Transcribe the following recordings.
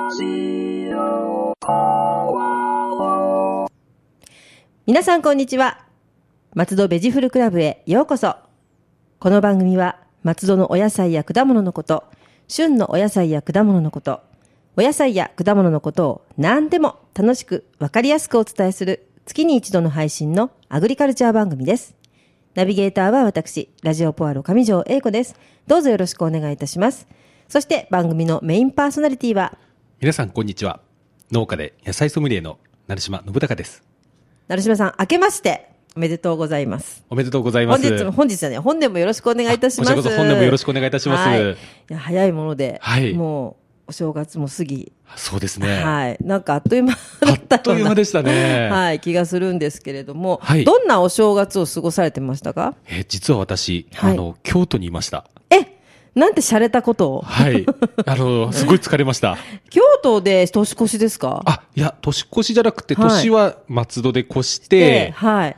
皆さんこんにちは。松戸ベジフルクラブへようこそ。この番組は松戸のお野菜や果物のこと、旬のお野菜や果物のこと、お野菜や果物のことを何でも楽しくわかりやすくお伝えする月に一度の配信のアグリカルチャー番組です。ナビゲーターは私、ラジオポアロ上条英子です。どうぞよろしくお願いいたします。そして番組のメインパーソナリティは、 皆さんこんにちは。農家で野菜ソムリエの成島信孝です。 成島さん、明けましておめでとうございます。 おめでとうございます。 本日はね、本年もよろしくお願いいたします。 こちらこそ本年もよろしくお願いいたします。 はい、いや早いもので、 はい、 もうお正月も過ぎ、 そうですね。 はい、なんかあっという間だったような、 あっという間でしたね。 はい、気がするんですけれども、 はい、 どんなお正月を過ごされてましたか？ 実は私、 はい、 京都にいました。 なんて洒落たことを。 はい。すごい疲れました。 京都で年越しですか？ いや、年越しじゃなくて、年は松戸で越して、 はい。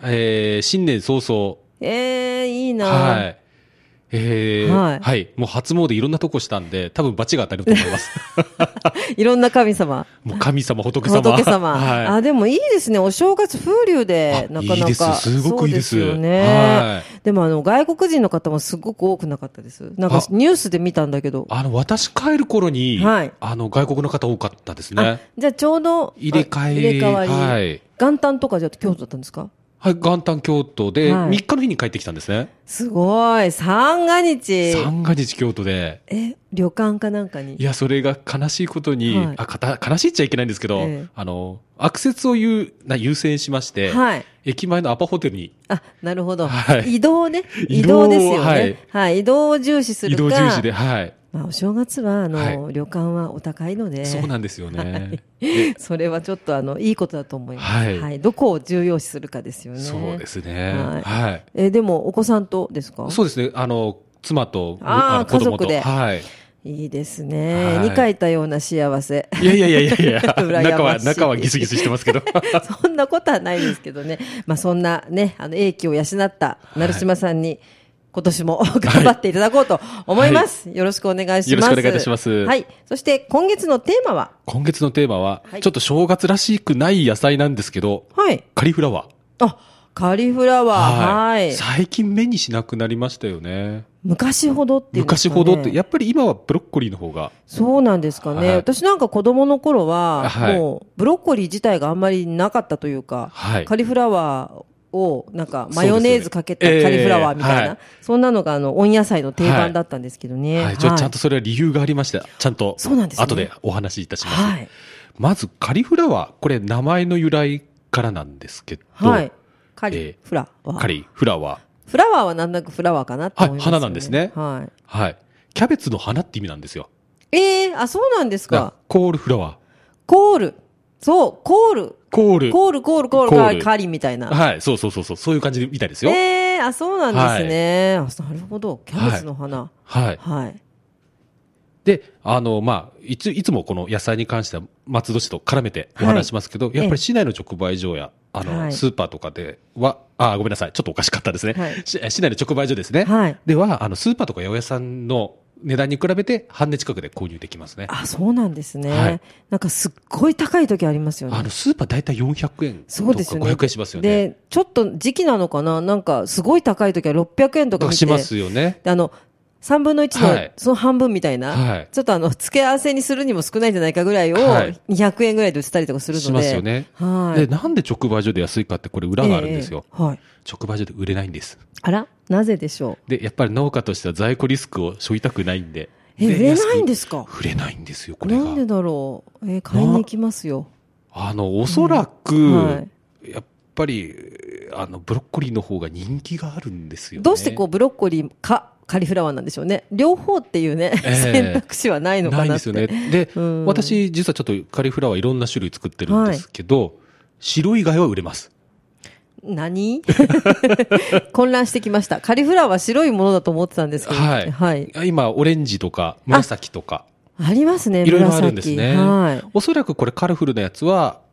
新年早々。 いいな。 はい。 はい。 はい。もう初詣いろんなとこしたんで、多分罰が当たると思います。 いろんな神様。 もう神様、仏様。 仏様。 はい。 でもいいですね。お正月風流で、なかなか。 いいです。すごくいいです。 そうですよね。はい。でも外国人の方もすごく多くなかったです。なんかニュースで見たんだけど。 私帰る頃に、はい。外国の方多かったですね。 じゃあちょうど、 入れ替わり。 はい。元旦とかじゃ京都だったんですか？ はい、元旦京都で、3日の日に帰ってきたんですね。 すごい。三が日。 三が日京都で。 旅館かなんかに。 いや、それが悲しいことに、悲しいっちゃいけないんですけど、アクセスを優先しまして、はい、駅前のアパホテルに。 なるほど。はい、移動ね。移動ですよね。はい。はい。移動を重視するか。 移動重視で、はい。 お正月は、旅館はお高いので。 そうなんですよね。 それはちょっと、いいことだと思います。はい。はい。どこを重要視するかですよね。 そうですね。はい。 でも、お子さんとですか？ そうですね。妻と、 家族で。 はい。 いいですね。に書いたような幸せ。 いや。中はギスギスしてますけど。 そんなことはないですけどね。そんなね、英気を養った成島さんに、今年も頑張っていただこうと思います。よろしくお願いします。 よろしくお願いいたします。 はい。そして今月のテーマは、 ちょっと正月らしくない野菜なんですけど、はい。カリフラワー。 カリフラワー。はい。 最近目にしなくなりましたよね。 昔ほどっていうかね。 昔ほどって、やっぱり今はブロッコリーの方が。 そうなんですかね。私なんか子供の頃は、もうブロッコリー自体があんまりなかったというか、カリフラワー、なんかマヨネーズかけたカリフラワーみたいな、そんなのが温野菜の定番だったんですけどね。 はい。ちゃんとそれは理由がありました。ちゃんと後でお話しいたします。はい。まずカリフラワー、これ名前の由来からなんですけど、はい。 カリフラワー。 カリフラワー。 フラワーはなんだかフラワーかなって思いますよね。 はい。花なんですね。はい。はい。キャベツの花って意味なんですよ。 そうなんですか。 コールフラワー。 コール。そう、コール。カリみたいな。 はい、そういう感じみたいですよ。 そうなんですね。なるほど。キャベツの花。 はい。はい。で、いつもこの野菜に関しては松戸市と絡めてお話しますけど、やっぱり市内の直売所や、スーパーとかでは、ごめんなさい。ちょっとおかしかったですね。市内の直売所ですね。では、スーパーとか八百屋さんの値段に比べて半値近くで購入できますね。 そうなんですね。なんかすっごい高い時ありますよね。 スーパーだいたい400円とか500円しますよね。 で、ちょっと時期なのかな、なんかすごい高い時は600円とか見て。 しますよね。 で、3分の1のその半分みたいな、ちょっと付け合わせにするにも少ないんじゃないかぐらいを200円ぐらいで売ってたりとかするので。 しますよね。で、なんで直売所で安いかってこれ裏があるんですよ。直売所で売れないんです。 なぜでしょう。で、やっぱり農家としては在庫リスクを背負いたくないんで。 売れないんですか？ 売れないんですよ、これが。 なんでだろう。買いに行きますよ。 おそらく、やっぱり、ブロッコリーの方が人気があるんですよね。 どうしてブロッコリーかカリフラワーなんでしょうね。両方っていうね、選択肢はないのかなって。 ないですよね。で、私実はちょっとカリフラワーいろんな種類作ってるんですけど、白以外は売れます。 何混乱してきました。カリフラワーは白いものだと思ってたんですけど。 はい。今、オレンジとか、紫とか。 ありますね、 いろいろあるんですね。はい。おそらくこれカラフルなやつは、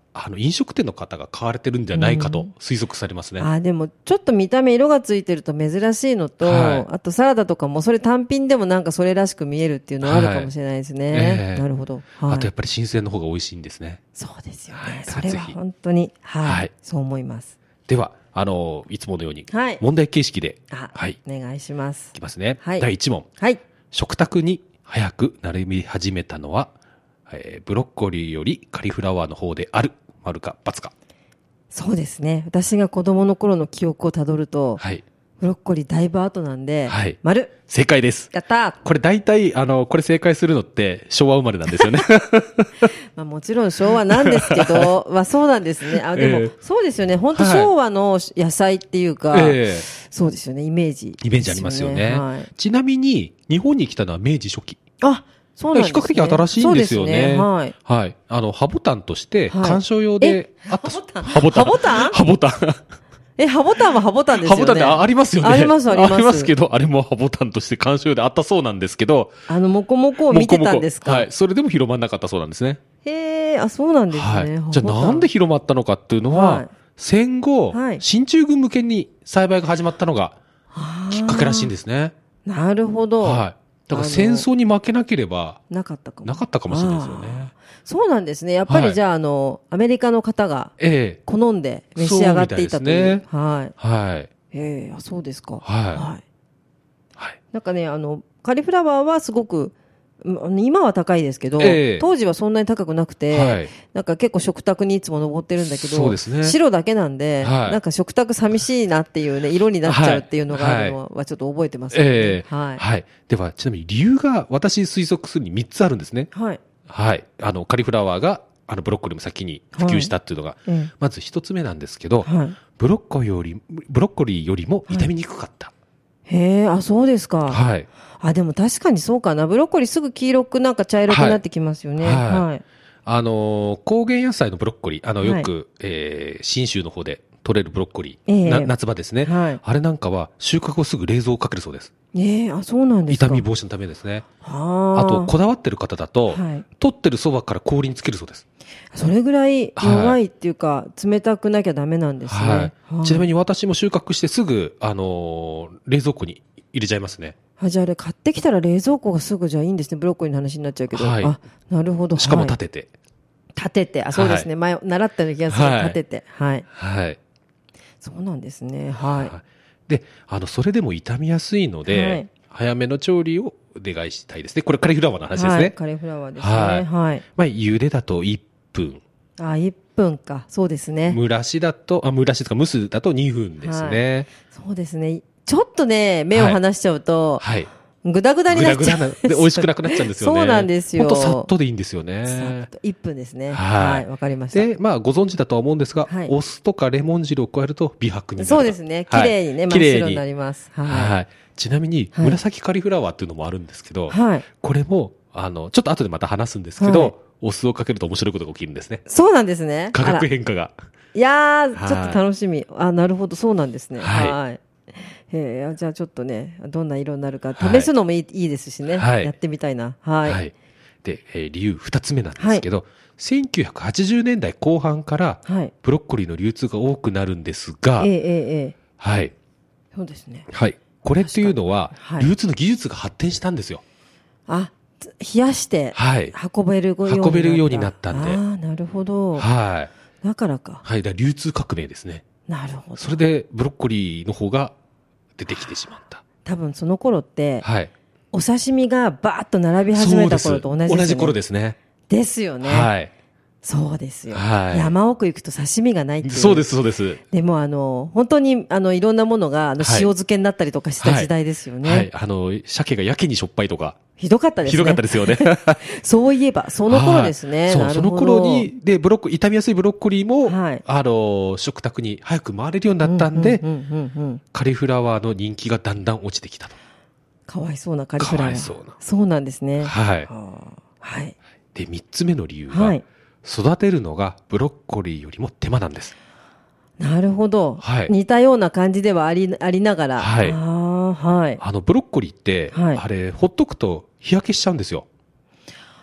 飲食店の方が買われてるんじゃないかと推測されますね。 でもちょっと見た目色がついてると珍しいのと、あとサラダとかもそれ単品でもなんかそれらしく見えるっていうのはあるかもしれないですね。なるほど。 あとやっぱり新鮮の方が美味しいんですね。 そうですよね。それは本当に、そう思います。 では、いつものように、問題形式で、 お願いします。 いきますね。第1問。食卓に早く並び始めたのは、ブロッコリーよりカリフラワーの方である。丸か×か。 そうですね。私が子供の頃の記憶をたどると、ブロッコリーだいぶ後なんで、丸。 正解です。 やったー。 これ大体、これ正解するのって昭和生まれなんですよね。 もちろん昭和なんですけど、そうなんですね。でも、そうですよね。本当昭和の野菜っていうか、そうですよね。イメージありますよね。ちなみに、日本に来たのは明治初期。 そうなんですね。 比較的新しいんですよね。ハボタンとして観賞用であった。ハボタンハボタンハボタンはハボタンですよね。 ハボタンってありますよね。 ありますあります。 ありますけど、あれもハボタンとして観賞用であったそうなんですけど。 モコモコを見てたんですか？ それでも広まんなかったそうなんですね。 そうなんですね。 じゃあなんで広まったのかっていうのは、戦後、進駐軍向けに栽培が始まったのがきっかけらしいんですね。 なるほど。 だから戦争に負けなければ、 なかったかもしれないですよね。 そうなんですね。やっぱりじゃあ、アメリカの方が、好んで召し上がっていたという。そうですか。なんかね、カリフラワーはすごく、今は高いですけど、当時はそんなに高くなくて、なんか結構食卓にいつも登ってるんだけど、白だけなんで、なんか食卓寂しいなっていうね、色になっちゃうっていうのがあるのはちょっと覚えてますね。 では、ちなみに理由が私推測するに3つあるんですね。カリフラワーが、ブロッコリーも先に普及したっていうのが、まず1つ目なんですけど、ブロッコリーよりも傷みにくかった。 そうですか。でも確かにそうかな。ブロッコリーすぐ黄色くなんか茶色くなってきますよね。 高原野菜のブロッコリー、よく、信州の方で取れるブロッコリー、夏場ですね。あれなんかは収穫後すぐ冷蔵をかけるそうです。 そうなんですか。 傷み防止のためですね。あと、こだわってる方だと、取ってるそばから氷につけるそうです。 それぐらい弱いっていうか、冷たくなきゃダメなんですね。 ちなみに私も収穫してすぐ、冷蔵庫に入れちゃいますね。 じゃああれ買ってきたら冷蔵庫がすぐじゃいいんですね。ブロッコリーの話になっちゃうけど。なるほど。 しかも立てて。 そうですね。前、習ったような気がする。立てて。そうなんですね。 で、それでも傷みやすいので、早めの調理をお願いしたいですね。これカリフラワーの話ですね。 カリフラワーですね。 茹でだと1分。 1分か。そうですね。 蒸しですか、蒸すだと2分ですね。 そうですね。ちょっとね、目を離しちゃうと、ぐだぐだになっちゃう。 で、美味しくなくなっちゃうんですよね。 そうなんですよ。 ほんとさっとでいいんですよね。 1分ですね。わかりました。 で、ご存知だとは思うんですが、お酢とかレモン汁を加えると美白になる。 そうですね。綺麗にね、真っ白になります。 ちなみに、紫カリフラワーっていうのもあるんですけど、これも、ちょっと後でまた話すんですけど、お酢をかけると面白いことが起きるんですね。 そうなんですね。 化学変化が。 いやー、ちょっと楽しみ。なるほど、そうなんですね。じゃあちょっとね、どんな色になるか試すのもいいですしね。やってみたいな。 で、理由2つ目なんですけど、1980年代後半からブロッコリーの流通が多くなるんですが、 そうですね。 これっていうのは、流通の技術が発展したんですよ。 冷やして運べるようになったんで。 なるほど。だからか。 流通革命ですね。 なるほど。 それでブロッコリーの方が出てきてしまった。 多分その頃って、お刺身がバーッと並び始めた頃と同じですよね。 同じ頃ですね。 ですよね。そうですよ。山奥行くと刺身がないっていう。 そうです、そうです。 でも本当にいろんなものが塩漬けになったりとかした時代ですよね。 鮭がやけにしょっぱいとか。 ひどかったですね。 ひどかったですよね。 そういえば、その頃ですね。 その頃に、で、傷みやすいブロッコリーも、食卓に早く回れるようになったんで、カリフラワーの人気がだんだん落ちてきたと。 かわいそうなカリフラワー。そうなんですね。 で、3つ目の理由は、育てるのがブロッコリーよりも手間なんです。 なるほど。似たような感じではありながら。 ブロッコリーって、あれ、ほっとくと日焼けしちゃうんですよ。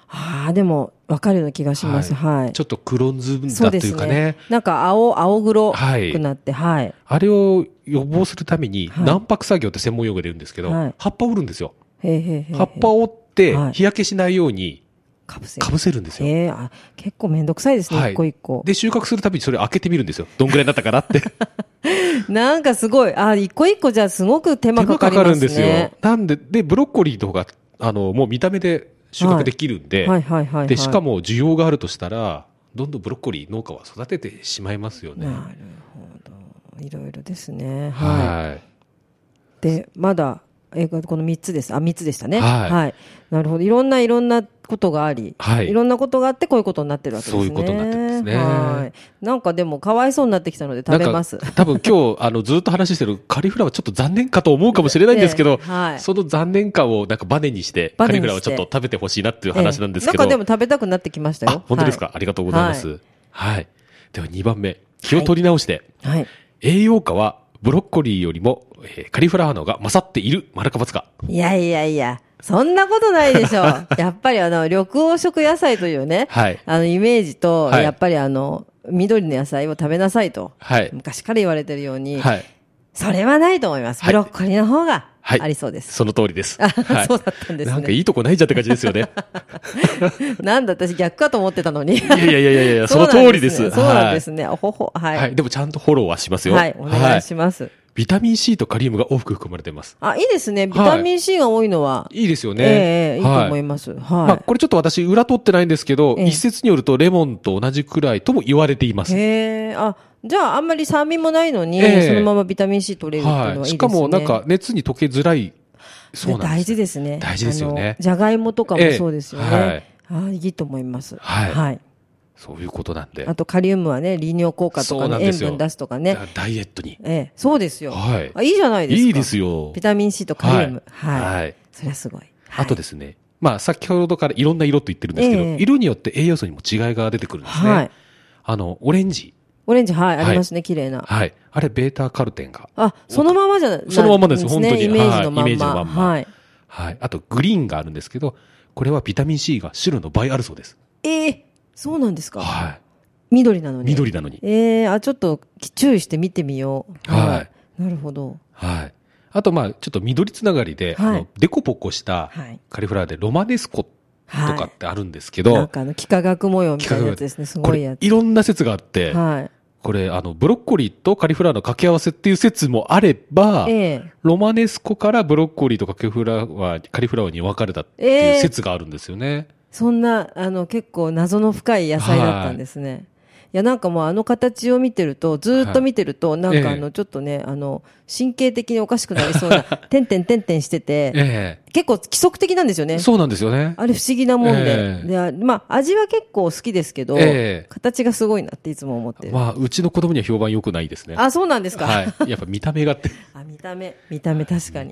ああ、でも、わかるような気がします。はい。 ちょっと黒ずんだというかね。 なんか青黒くなって、はい。 あれを予防するために、卵白作業って専門用語で言うんですけど、葉っぱを折るんですよ。葉っぱを折って、日焼けしないように、かぶせるんですよ。 結構めんどくさいですね、一個一個。 で、収穫するたびにそれを開けてみるんですよ。どんぐらいになったかなって。 なんかすごい、一個一個じゃあすごく手間かかりますね。手間かかるんですよ。 なんで、ブロッコリーとか、もう見た目で収穫できるんで、で、しかも需要があるとしたら、どんどんブロッコリー農家は育ててしまいますよね。 なるほど。いろいろですね。はい。で、まだ、この3つです。3つでしたね。はい。なるほど。いろんなことがあり、いろんなことがあってこういうことになってるわけですね。 そういうことになってるんですね。 はい。なんかでもかわいそうになってきたので食べます。 多分今日、ずっと話してるカリフラワーちょっと残念かと思うかもしれないんですけど、その残念感をなんかバネにして、カリフラワーをちょっと食べてほしいなっていう話なんですけど。 なんかでも食べたくなってきましたよ。 本当ですか？ありがとうございます。はい。では2番目。気を取り直して、栄養価はブロッコリーよりも、カリフラワーの方が勝っている、丸か×か。 いや、そんなことないでしょう。やっぱり緑黄色野菜というね、イメージと、やっぱり緑の野菜を食べなさいと、昔から言われてるように、それはないと思います。ブロッコリーの方がありそうです。 その通りです。 そうだったんですね。 なんかいいとこないじゃんって感じですよね。 なんだ、私逆かと思ってたのに。いや、その通りです。 そうなんですね。はい。 でもちゃんとフォローはしますよ。 はい、お願いします。 ビタミン C とカリウムが多く含まれています。 いいですね。ビタミン C が多いのは。 いいですよね。 いいと思います。 これちょっと私裏取ってないんですけど、一説によるとレモンと同じくらいとも言われています。 じゃああんまり酸味もないのに、そのままビタミン C 取れるっていうのはいいですね。 しかもなんか熱に溶けづらい。 そうなんです。大事ですね。 大事ですよね。 じゃがいもとかもそうですよね。いいと思います。はい。 そういうことなんで。 あとカリウムはね、利尿効果とかね、塩分出すとかね。 ダイエットに。 そうですよ。いいじゃないですか。 いいですよ。 ビタミン C とカリウム。はい。そりゃすごい。 あとですね、先ほどからいろんな色と言ってるんですけど、色によって栄養素にも違いが出てくるんですね。オレンジ。 ありますね、綺麗な。 あれ、ベータカロテンが。 そのままじゃないそのままです、本当に。 イメージのまんま。 あと、グリーンがあるんですけど、これはビタミン C が白の倍あるそうです。 そうなんですか。緑なのに。ちょっと注意して見てみよう。なるほど。 あと、ちょっと緑つながりで、デコポコしたカリフラワーでロマネスコとかってあるんですけど。 なんか幾何学模様みたいなやつですね。すごいやつ。 いろんな説があって、これ、ブロッコリーとカリフラワーの掛け合わせっていう説もあれば、ロマネスコからブロッコリーとカリフラワーに分かれたっていう説があるんですよね。 そんな、結構謎の深い野菜だったんですね。いや、なんかもう形を見てると、ずっと見てると、なんかちょっとね、神経的におかしくなりそうな、てんてんしてて、結構規則的なんですよね。 そうなんですよね。 あれ不思議なもんで。味は結構好きですけど、形がすごいなっていつも思ってる。 うちの子供には評判良くないですね。 そうなんですか。 やっぱ見た目がって。 見た目確かに。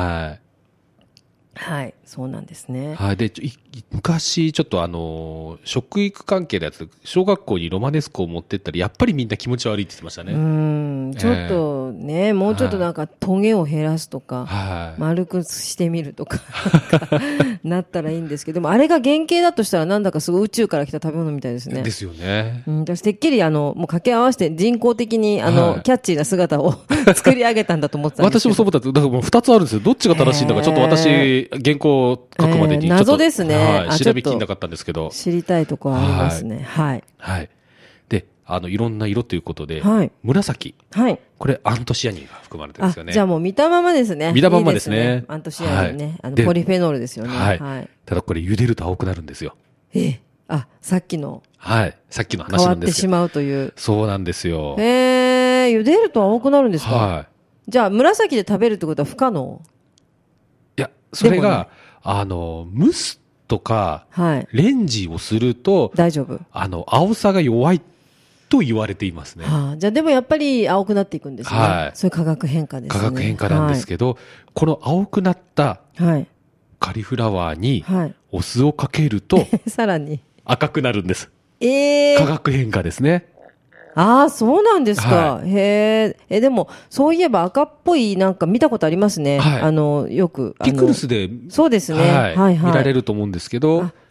そうなんですね。 で、昔、ちょっと食育関係のやつ、小学校にロマネスコを持ってったら、やっぱりみんな気持ち悪いって言ってましたね。 ちょっとね、もうちょっとなんか、トゲを減らすとか、丸くしてみるとか、なったらいいんですけど、でもあれが原型だとしたら、なんだかすごい宇宙から来た食べ物みたいですね。 ですよね。 私、てっきりもう掛け合わせて人工的に、キャッチーな姿を作り上げたんだと思ってたんですけど。 私もそう思ったんです。だからもう2つあるんですよ。どっちが正しいんだか、ちょっと私、原稿を書くまでに謎ですね。 調べきんなかったんですけど。 知りたいところありますね。 で、いろんな色ということで、紫。これ、アントシアニンが含まれてるんですよね。 じゃあもう見たままですね。 見たままですね。 アントシアニンね。ポリフェノールですよね。 ただこれ、茹でると青くなるんですよ。 さっきの。 さっきの話なんですけど。 変わってしまうという。 そうなんですよ。 茹でると青くなるんですか？じゃあ、紫で食べるってことは不可能？ いや、それが、蒸すとか、レンジをすると、 大丈夫。 青さが弱いと言われていますね。 じゃあでもやっぱり青くなっていくんですね。そういう化学変化ですね。 化学変化なんですけど、この青くなったカリフラワーにお酢をかけると、 さらに赤くなるんです。化学変化ですね。 そうなんですか。でも、そういえば赤っぽいなんか見たことありますね。よく。 ピクルスで、 そうですね。 見られると思うんですけど。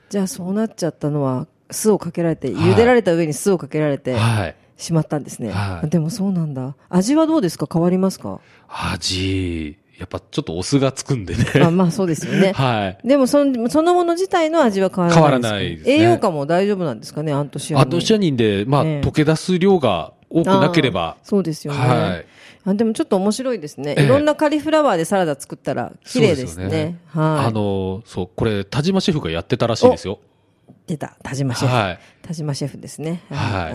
じゃあそうなっちゃったのは酢をかけられて、茹でられた上に酢をかけられて、 はい。 しまったんですね。 はい。 でもそうなんだ。味はどうですか？変わりますか？ 味、やっぱちょっとお酢がつくんでね。 まあそうですよね。 はい。 でもそのもの自体の味は変わらないですか？ 変わらないですね。 栄養価も大丈夫なんですかね、アントシアニン。 アントシアニンで、まあ、溶け出す量が多くなければ。 そうですよね。 はい。 でもちょっと面白いですね。いろんなカリフラワーでサラダ作ったら綺麗ですね。 はい。そう、これ、田島シェフがやってたらしいですよ。 出た、田島シェフ。 はい。 田島シェフですね。 はい。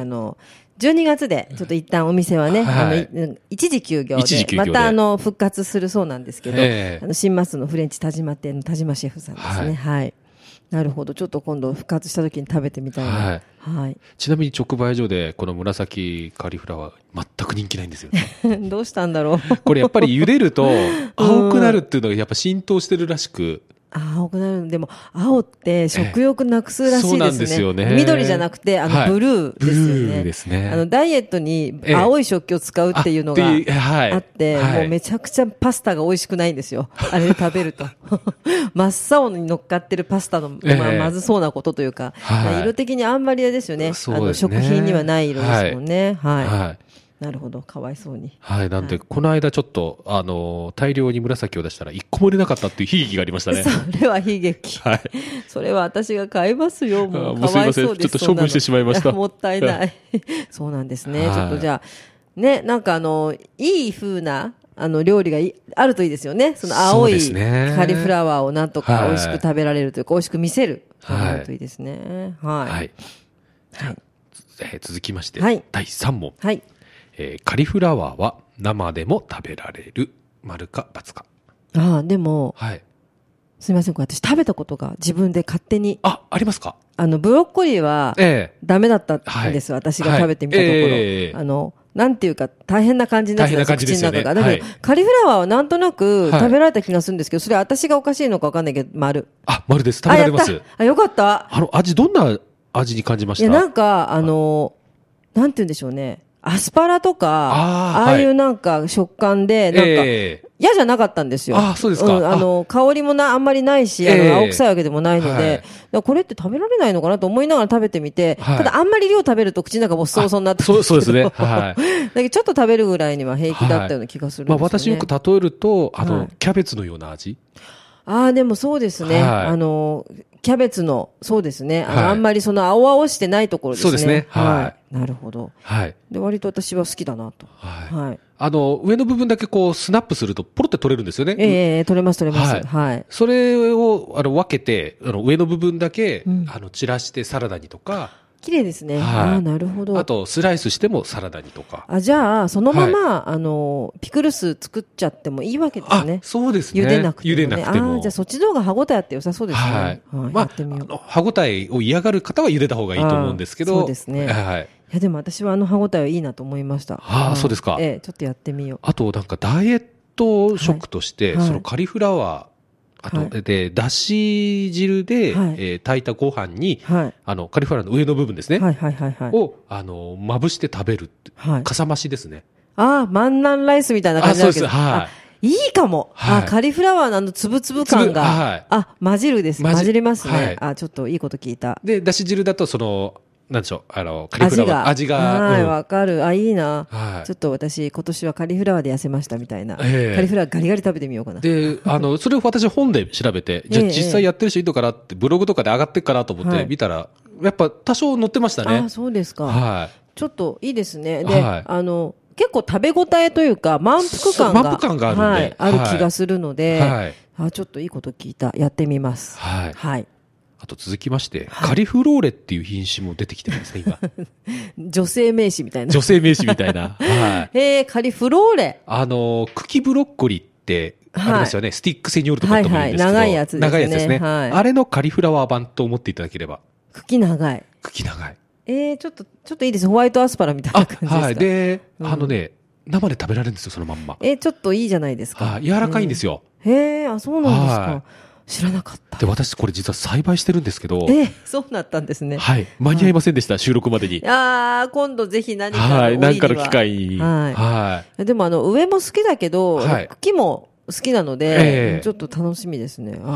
12月で、ちょっと一旦お店はね、一時休業で、また復活するそうなんですけど、新松のフレンチ田島店の田島シェフさんですね。はい。なるほど。ちょっと今度復活した時に食べてみたいな。はい。はい。 ちなみに直売所でこの紫カリフラワー全く人気ないんですよね。 どうしたんだろう。 これやっぱり茹でると青くなるっていうのがやっぱ浸透してるらしく。 青くなる。でも、青って食欲なくすらしいですね。 そうなんですよね。 緑じゃなくて、ブルーですよね。ブルーですね。 ダイエットに青い食器を使うっていうのがあって、もうめちゃくちゃパスタが美味しくないんですよ。あれで食べると。真っ青に乗っかってるパスタの、まずそうなことというか、色的にあんまりあれですよね。食品にはない色ですもんね。はい。なるほど。かわいそうに。 はい。なんで、この間ちょっと、大量に紫を出したら一個も売れなかったっていう悲劇がありましたね。 それは悲劇。はい。それは私が買いますよ。もうかわいそうです。 ちょっと処分してしまいました。 もったいない。そうなんですね。ちょっとじゃあ、ね、なんかいい風な、料理があるといいですよね。その青いカリフラワーをなんとか美味しく食べられるというか、美味しく見せる。あるといいですね。はい。 はい。続きまして、第3問。はい。カリフラワーは生でも食べられる。丸か×か。 でも、はい。すみません、これ私食べたことが自分で勝手に。 ありますか？ ブロッコリーは、ダメだったんです、私が食べてみたところ。なんていうか、大変な感じになってたんです、口の中が。だけど、カリフラワーはなんとなく食べられた気がするんですけど、それ私がおかしいのかわかんないけど、丸。 丸です。食べられます。 よかった。 味、どんな味に感じました？ いや、なんか、なんて言うんでしょうね。アスパラとか、ああいうなんか食感で、なんか、嫌じゃなかったんですよ。 そうですか。 香りもあんまりないし、青臭いわけでもないので、これって食べられないのかなと思いながら食べてみて、ただあんまり量食べると口の中もそうそうになってそうですね。はい。 だけどちょっと食べるぐらいには平気だったような気がするんですよね。 私よく例えると、キャベツのような味？ でもそうですね。キャベツの、そうですね。あんまりその青々してないところですね。 そうですね。はい。 なるほど。 はい。 で、割と私は好きだなと。 はい。上の部分だけこう、スナップすると、ポロって取れるんですよね。 取れます。はい。 それを、分けて、上の部分だけ、散らしてサラダにとか、 綺麗ですね。なるほど。 あと、スライスしてもサラダにとか。 じゃあ、そのまま、ピクルス作っちゃってもいいわけですね。 そうですね。 茹でなくても。 茹でなくても。 じゃあ、そっちの方が歯応えあって良さそうですね。はい。 まあ、歯応えを嫌がる方は茹でた方がいいと思うんですけど。 そうですね。はい。いや、でも私は歯応えはいいなと思いました。 そうですか。 ちょっとやってみよう。 あと、なんかダイエット食として、そのカリフラワー、あと、で、だし汁で、炊いたご飯に、カリフラワーの上の部分ですね。を、まぶして食べる。かさ増しですね。 万南ライスみたいな感じなんです。はい。いいかも。カリフラワーのつぶつぶ感が。混じるです。混じりますね。ちょっといいこと聞いた。 で、だし汁だと、なんでしょう、カリフラワー。味が。 わかる。いいな。ちょっと私、今年はカリフラワーで痩せましたみたいな。カリフラワーガリガリ食べてみようかな。 で、それを私本で調べて、じゃあ実際やってる人いるのかなって、ブログとかで上がってるかなと思って見たら、やっぱ多少載ってましたね。 そうですか。はい。ちょっといいですね。で、結構食べ応えというか、満腹感がある気がするので、ちょっといいこと聞いた。やってみます。はい。 あと続きまして、カリフローレっていう品種も出てきてるんですね、今。 女性名詞みたいな。 女性名詞みたいな。 はい。カリフローレ。 茎ブロッコリーってありますよね。スティック製によるとかってもいいんですけど。 長いやつですね。 長いやつですね。あれのカリフラワー版と思っていただければ。 茎長い。 茎長い。 ちょっといいです。ホワイトアスパラみたいな感じですか。はい。 で、生で食べられるんですよ、そのまんま。 ちょっといいじゃないですか。 柔らかいんですよ。 そうなんですか。知らなかった。 で、私これ実は栽培してるんですけど。 そうなったんですね。 はい。間に合いませんでした、収録までに。 今度ぜひ何かの。はい。何かの機会に。 はい。でも上も好きだけど、茎も好きなので、ちょっと楽しみですね。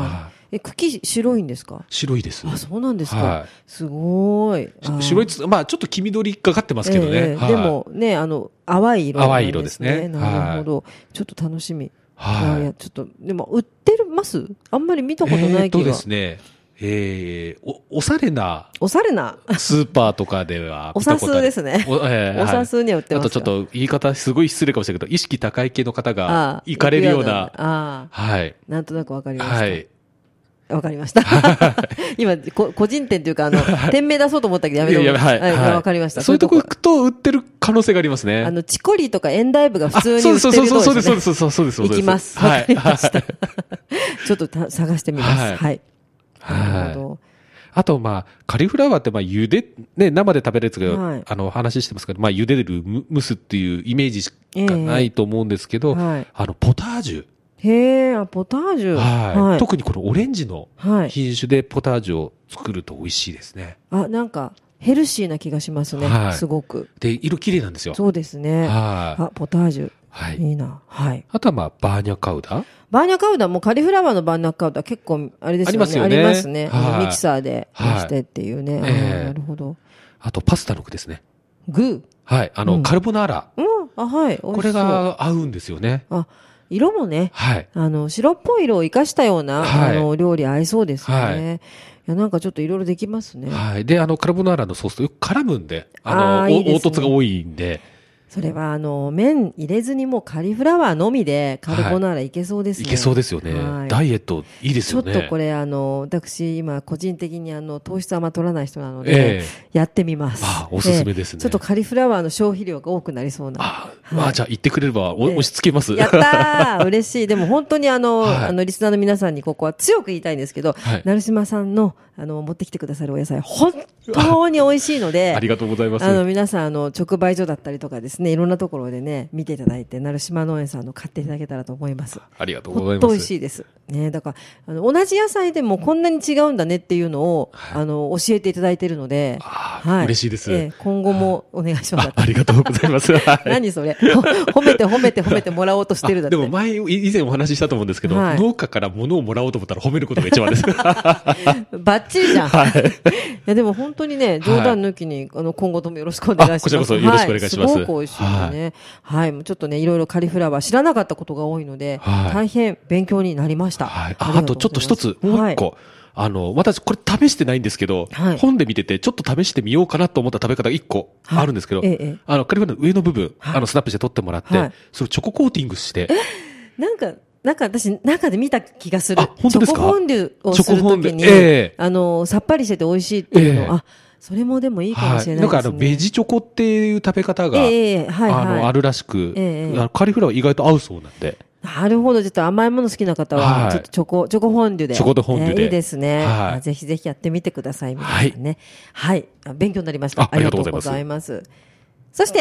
茎白いんですか？ 白いです。 あ、そうなんですか。 はい。 すごい。 白いまあちょっと黄緑がかってますけどね。 でもね、淡い色なんですね。 淡い色ですね。 なるほど。ちょっと楽しみ。 はい。 いや、ちょっと、でも売ってますあんまり見たことない気が。 ですね。おしゃれな。 おしゃれな。 スーパーとかではおさすですね。おさすには売ってますか。 あとちょっと言い方すごい失礼かもしれないけど、意識高い系の方が行かれるような。はい。 なんとなくわかりました。 はい。 わかりました。今、個人店というか、店名出そうと思ったけどやめてください。わかりました。 そういうとこ行くと売ってる可能性がありますね。 チコリとかエンダイブが普通に売ってるところですね。 そうです。 行きます。わかりました。ちょっと探してみます。はい。なるほど。 あと、カリフラワーって、茹で、ね、生で食べるやつが、話してますけど、茹でる、蒸すっていうイメージしかないと思うんですけど、ポタージュ。 へえ、ポタージュ。 はい。特にこのオレンジの品種でポタージュを作ると美味しいですね。 なんか、ヘルシーな気がしますね。すごく。 で、色綺麗なんですよ。 そうですね。ポタージュ。 はい。 いいな。はい。 あとはバーニャカウダバーニャカウダもカリフラワーのバーニャカウダ結構、あれですよね。ありますね。ミキサーで出してっていうね。なるほど。 あと、パスタの具ですね。 具？ はい。カルボナーラ。 はい。 これが合うんですよね。 色もね。 はい。 白っぽい色を生かしたような、料理合いそうですよね。いや、なんかちょっといろいろできますね。 はい。で、カルボナーラのソースとよく絡むんで、凹凸が多いんで。 それは麺入れずにもうカリフラワーのみでカルボナーラいけそうですね。 いけそうですよね。ダイエットいいですよね。 ちょっとこれ私今個人的に糖質あんま取らない人なので、やってみます。 おすすめですね。 ちょっとカリフラワーの消費量が多くなりそうな。 じゃあ言ってくれれば押し付けます。 やったー嬉しい。でも本当にリスナーの皆さんにここは強く言いたいんですけど、成島さんの持ってきてくださるお野菜本当に美味しいので、 ありがとうございます。 皆さん直売所だったりとかですね、いろんなところでね見ていただいて、成島農園さんの買っていただけたらと思います。 ありがとうございます。 本当美味しいですね。だから同じ野菜でもこんなに違うんだねっていうのを、教えていただいているので、 嬉しいです。 今後もお願いします。 ありがとうございます。 何それ褒めてもらおうとしてるだって。 でも以前お話ししたと思うんですけど、農家から物をもらおうと思ったら褒めることが一番です。 バッチリじゃん。いやでも本当にね、冗談抜きに今後ともよろしくお願いします。 こちらこそよろしくお願いします。 すごく美味しいのでね。はい、ちょっとねいろいろカリフラワー知らなかったことが多いので、大変勉強になりました。 あとちょっと一つもう一個。私これ試してないんですけど、本で見ててちょっと試してみようかなと思った食べ方が一個あるんですけど、カリフラワーの上の部分、スナップして取ってもらって、それをチョココーティングして。 なんか私、中で見た気がする。 本当ですか？ チョコフォンデュをするときに、さっぱりしてて美味しいっていうの、それもでもいいかもしれないですね。 なんかベジチョコっていう食べ方が、あるらしく、カリフラワー意外と合うそうなんで。 なるほど。ちょっと甘いもの好きな方は、ちょっとチョコフォンデュで。 チョコフォンデュで。 いいですね。ぜひぜひやってみてください。皆さんね。はい。勉強になりました。ありがとうございます。そして、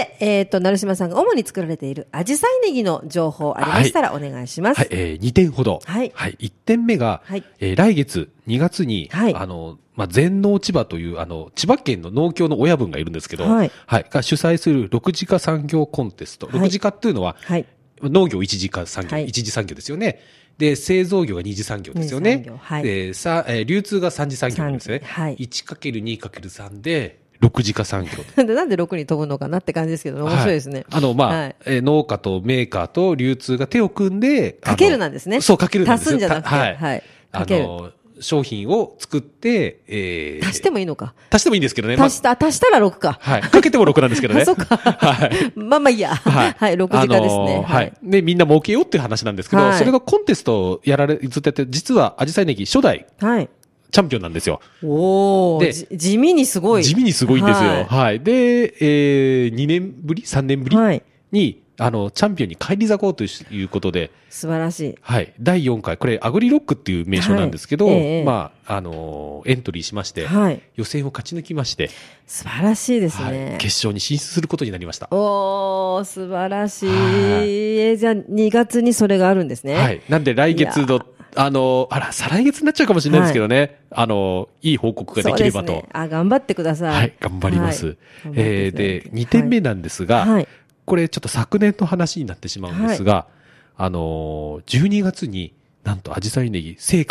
成島さんが主に作られているアジサイネギの情報ありましたらお願いします。 2点ほど。1点目が、来月2月に、全農千葉という、千葉県の農協の親分がいるんですけど、が主催する6次化産業コンテスト。6次化っていうのは、農業一次化産業、一次産業ですよね。で、製造業が二次産業ですよね。で、流通が三次産業ですね。1×2×3 で、6次化産業。 なんで6に飛ぶのかなって感じですけど、面白いですね。 農家とメーカーと流通が手を組んで、 かけるなんですね。 そう、かけるなんです足すんじゃなくて。かける。 商品を作って、 足してもいいのか。 足してもいいんですけどね。 足したら6か。 かけても6なんですけどね。 そうか。まあいいや。はい、6時化ですね。 で、みんな儲けようっていう話なんですけど、それがコンテストをずっとやって、実はアジサイネギ初代。チャンピオンなんですよ。 で、地味にすごい。 地味にすごいんですよ。で、2年ぶり ?3 年ぶりに、チャンピオンに返り咲こうということで。 素晴らしい。 第4回、これ、アグリロックっていう名称なんですけど、エントリーしまして、予選を勝ち抜きまして。 素晴らしいですね。 決勝に進出することになりました。 素晴らしい。じゃあ、2月にそれがあるんですね。 なんで来月の、再来月になっちゃうかもしれないですけどね。いい報告ができればと。 頑張ってください。 頑張ります。で、2点目なんですが、これちょっと昨年の話になってしまうんですが、12月になんとアジサイネギ成果、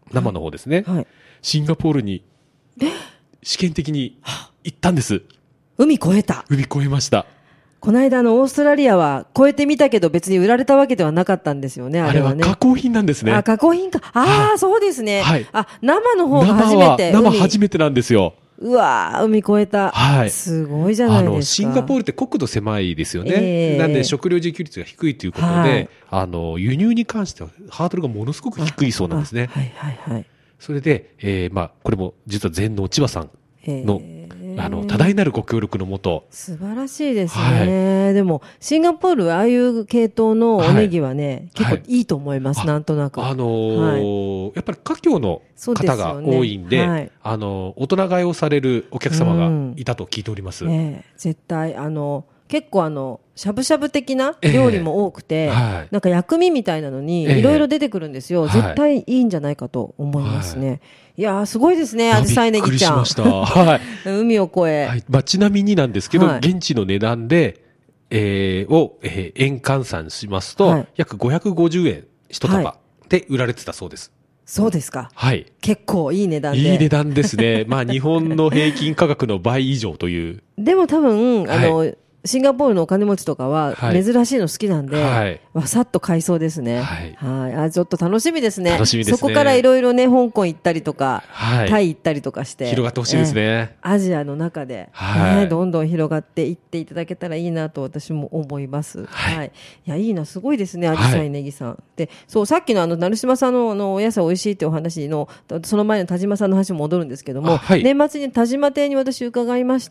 生の方ですね。 はい。 シンガポールに試験的に行ったんです。 海越えた。 海越えました。 この間オーストラリアは越えてみたけど別に売られたわけではなかったんですよね、あれはね。 あれは加工品なんですね。 あ、加工品か。ああ、 はい、 そうですね。 はい。 あ、生の方が初めて。 生初めてなんですよ。 うわー、海越えた。 はい。 すごいじゃないですか。 シンガポールって国土狭いですよね。なんで食料自給率が低いということで、輸入に関してはハードルがものすごく低いそうなんですね。 はいはいはい。 それで、これも実は前の千葉さんの、多大なるご協力のもと。 素晴らしいですね。はい、でも、シンガポール、ああいう系統のおネギはね、結構いいと思います、なんとなく。やっぱり華僑の方が多いんで、大人買いをされるお客様がいたと聞いております。 絶対、結構しゃぶしゃぶ的な料理も多くて、なんか薬味みたいなのにいろいろ出てくるんですよ。絶対いいんじゃないかと思いますね。いやー、すごいですね、アジサイネギちゃん。 びっくりしました。はい。 海を越え。 ちなみになんですけど、現地の値段で、円換算しますと、約550円一束で売られてたそうです。 そうですか。 はい。 結構いい値段で。 いい値段ですね。日本の平均価格の倍以上という。 でも多分、シンガポールのお金持ちとかは珍しいの好きなんで、わさっと買いそうですね。はい。ちょっと楽しみですね。 楽しみですね。 そこからいろいろね、香港行ったりとか、タイ行ったりとかして。 広がってほしいですね。 アジアの中で、どんどん広がっていっていただけたらいいなと私も思います。はい。いや、いいな、すごいですね、アジサイネギさん。で、そう、さっきの成島さんのお野菜美味しいってお話の、その前の田島さんの話も戻るんですけども、年末に田島亭に私伺いまして、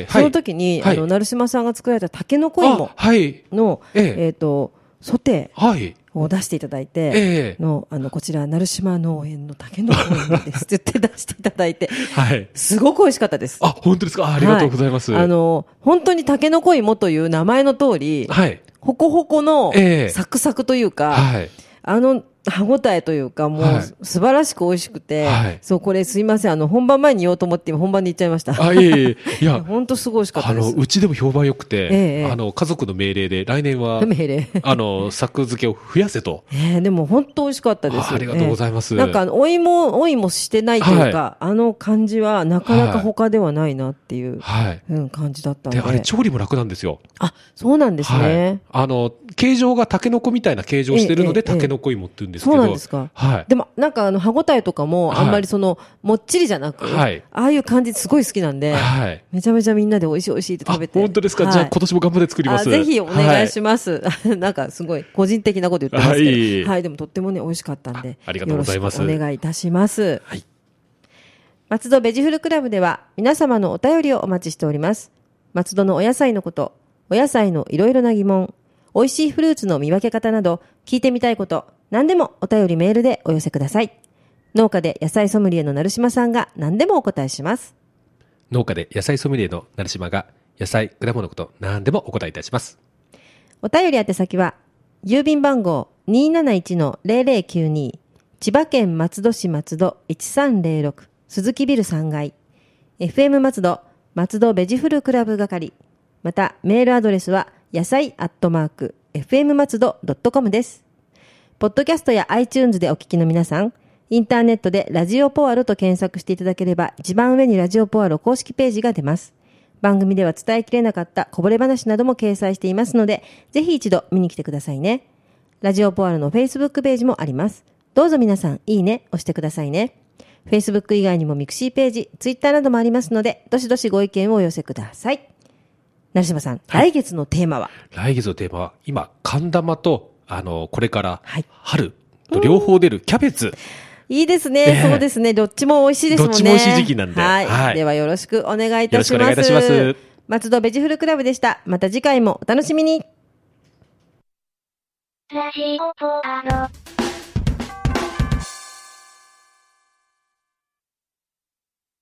その時に、成島さんが作られたタケノコ芋の、ソテーを出していただいて、こちら、成島農園のタケノコ芋ですって言って出していただいて、すごく美味しかったです。 あ、本当ですか。ありがとうございます。 本当にタケノコ芋という名前の通り、ほこほこのサクサクというか、歯ごたえというか、もう素晴らしく美味しくて、そう、これすいません、本番前に言おうと思って本番に行っちゃいました。 いや、 本当すごい美味しかったです。 うちでも評判良くて、家族の命令で来年は、作付けを増やせと。 でも本当美味しかったです。 ありがとうございます。 なんかお芋してないというか、感じはなかなか他ではないなっていう、感じだったんで。 あれ、調理も楽なんですよ。 あ、そうなんですね。 形状がタケノコみたいな形状してるので、タケノコ芋って言うんですけど。 そうなんですか。でも、なんか歯ごたえとかも、あんまりもっちりじゃなく、ああいう感じすごい好きなんで、めちゃめちゃみんなで美味しい美味しいって食べて。 本当ですか。じゃあ今年も頑張って作ります。 ぜひお願いします。なんかすごい個人的なこと言ってますけど。はい、でもとってもね、美味しかったんで。 ありがとうございます。 よろしくお願いいたします。はい。松戸ベジフルクラブでは、皆様のお便りをお待ちしております。松戸のお野菜のこと、お野菜のいろいろな疑問、美味しいフルーツの見分け方など、聞いてみたいこと、何でもお便りメールでお寄せください。農家で野菜ソムリエの成島さんが何でもお答えします。 農家で野菜ソムリエの成島が野菜、果物のこと何でもお答えいたします。 お便り宛先は、郵便番号 271-0092 千葉県松戸市松戸 1306 鈴木ビル3階 FM 松戸松戸ベジフルクラブ係、またメールアドレスは野菜@fm 松戸.com です。ポッドキャストや iTunes でお聞きの皆さん、インターネットでラジオポアロと検索していただければ、一番上にラジオポアロ公式ページが出ます。番組では伝えきれなかったこぼれ話なども掲載していますので、ぜひ一度見に来てくださいね。ラジオポアロの Facebook ページもあります。どうぞ皆さん、いいね、押してくださいね。Facebook 以外にもミクシーページ、Twitter などもありますので、どしどしご意見をお寄せください。成島さん、来月のテーマは？ 来月のテーマは、今、寒玉と、これから春と両方出るキャベツ。 いいですね。そうですね。どっちも美味しいですもんね。 どっちも美味しい時期なんで。 はい。ではよろしくお願いいたします。 よろしくお願いいたします。 松戸ベジフルクラブでした。また次回もお楽しみに。 ラジオポアロ。